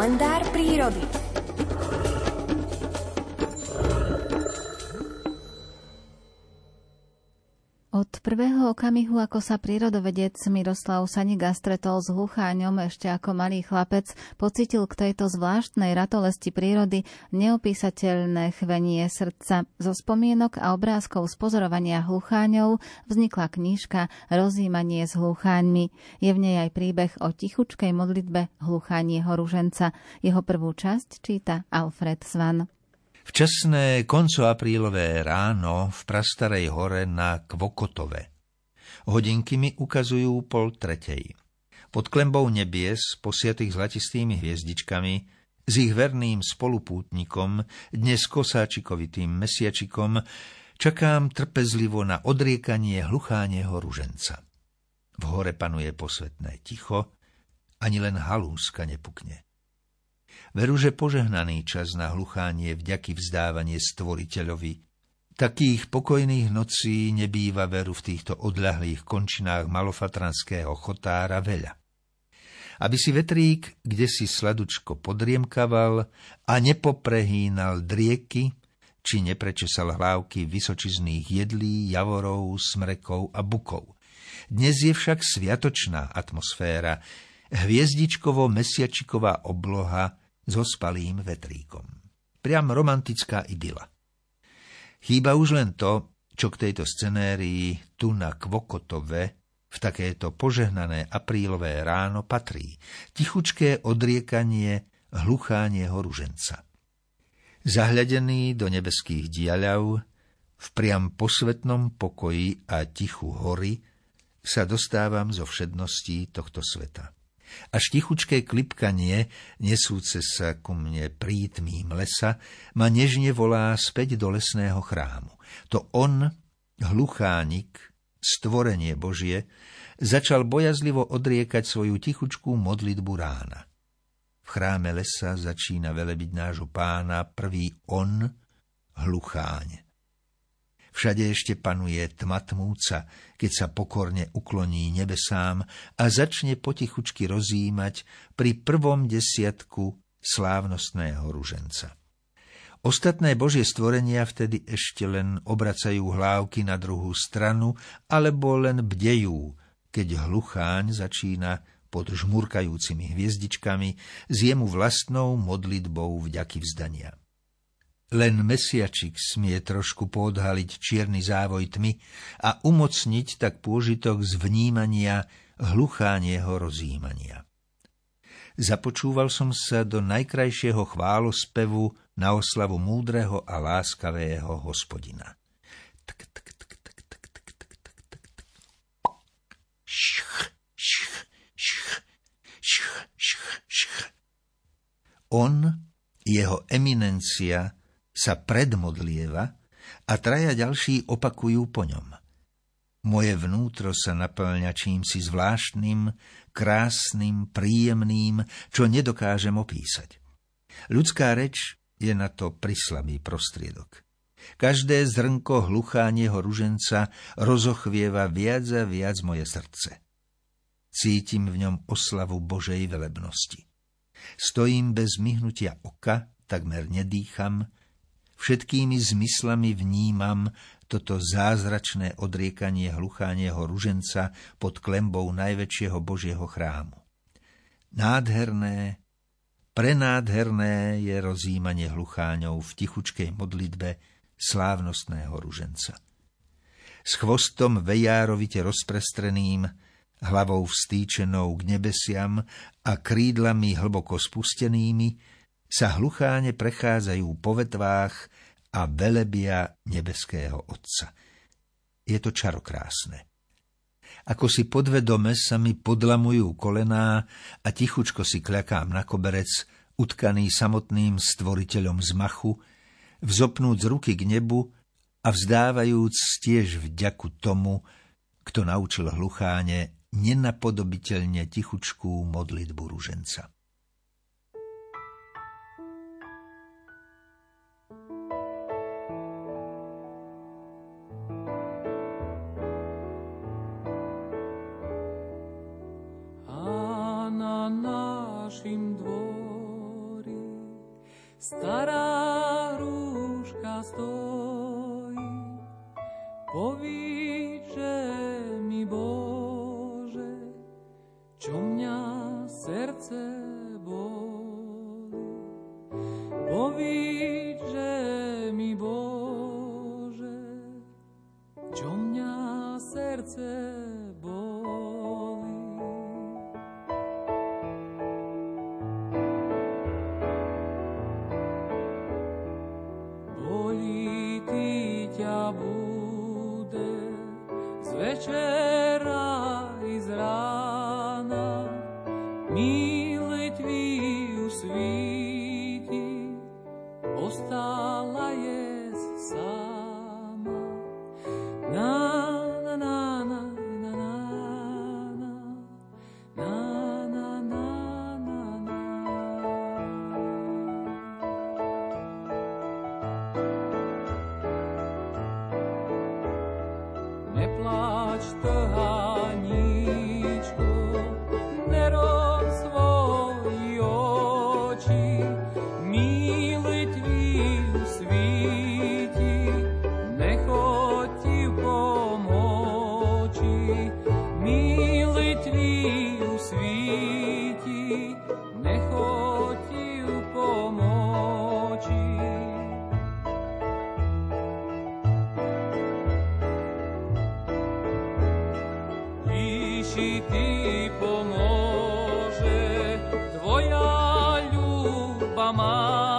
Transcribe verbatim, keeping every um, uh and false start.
kalendár prírody. Od prvého okamihu, ako sa prírodovedec Miroslav Saniga stretol s hlucháňom ešte ako malý chlapec, pocitil k tejto zvláštnej ratolesti prírody neopísateľné chvenie srdca. Zo spomienok a obrázkov z pozorovania hlucháňov vznikla knižka Rozjímanie s hlucháňmi. Je v nej aj príbeh o tichučkej modlitbe hluchánieho ruženca. Jeho prvú časť číta Alfred Svan. Včasné koncoaprílové ráno v prastarej hore na Kvokotove. Hodinky mi ukazujú pol tretej. Pod klenbou nebies, posiatých zlatistými hviezdičkami, s ich verným spolupútnikom, dnes kosáčikovitým mesiačikom, čakám trpezlivo na odriekanie hluchánieho ruženca. V hore panuje posvetné ticho, ani len halúska nepukne. Veru, že požehnaný čas na hluchánie vďaky vzdávanie Stvoriteľovi. Takých pokojných nocí nebýva veru v týchto odľahlých končinách malofatranského chotára veľa. Aby si vetrík kdesi sladučko podriemkaval a nepoprehínal drieky, či neprečesal hlávky vysočizných jedlí, javorov, smrekov a bukov. Dnes je však sviatočná atmosféra, hviezdičkovo-mesiačiková obloha s ospalým vetríkom. Priam romantická idyla. Chýba už len to, čo k tejto scenérii tu na Kvokotove v takéto požehnané aprílové ráno patrí. Tichučké odriekanie hluchánieho ruženca. Zahľadený do nebeských diaľav, v priam posvetnom pokoji a tichu hory sa dostávam zo všedností tohto sveta. Až tichučké klipkanie, nesúce sa ku mne prítmím lesa, ma nežne volá späť do lesného chrámu. To on, hluchánik, stvorenie Božie, začal bojazlivo odriekať svoju tichučkú modlitbu rána. V chráme lesa začína velebiť nášho pána prvý on, hlucháň. Všade ešte panuje tma tmúca, keď sa pokorne ukloní nebesám a začne potichučky rozjímať pri prvom desiatku slávnostného ruženca. Ostatné Božie stvorenia vtedy ešte len obracajú hlávky na druhú stranu alebo len bdejú, keď hlucháň začína pod žmurkajúcimi hviezdičkami s jemu vlastnou modlitbou vďaky vzdania. Len mesiačik smie trošku poodhaliť čierny závoj tmy a umocniť tak pôžitok z vnímania hluchánieho rozjímania. Započúval som sa do najkrajšieho chválospevu na oslavu múdreho a láskavého Hospodina. On, jeho eminencia, sa predmodlieva a traja ďalší opakujú po ňom. Moje vnútro sa naplňa čímsi zvláštnym, krásnym, príjemným, čo nedokážem opísať. Ľudská reč je na to prislabý prostriedok. Každé zrnko hluchánieho ruženca rozochvieva viac a viac moje srdce. Cítim v ňom oslavu Božej velebnosti. Stojím bez myhnutia oka, takmer nedýcham, všetkými zmyslami vnímam toto zázračné odriekanie hluchánieho ruženca pod klenbou najväčšieho Božieho chrámu. Nádherné, prenádherné je rozjímanie hlucháňov v tichučkej modlitbe slávnostného ruženca. S chvostom vejárovite rozprestreným, hlavou vstýčenou k nebesiam a krídlami hlboko spustenými sa hlucháne prechádzajú po vetvách a velebia nebeského Otca. Je to čarokrásne. Ako si podvedome sa mi podlamujú kolená a tichučko si kľakám na koberec, utkaný samotným stvoriteľom zmachu, vzopnúť z ruky k nebu a vzdávajúc tiež vďaku tomu, kto naučil hlucháne nenapodobiteľne tichučkú modlitbu ruženca. A na našim dvore stará rúška stojí, povíče mi, Bože, čo mňa srdce boli. Povíče mi, Bože, čo mňa srdce boli. Bolí ty ťa bude z večera i z rána, milej tvý usvíti, ostala je sama. Na, na, na, na, na, na, na, na, na, na, na. Nepláč, trháničko, nerob svoji oči, milej tvý usvíti, nechoď ti pomoči. Milej tvý usvíti, nechoď ti pomoči. Líši ty pomôže tvoja ľúba má.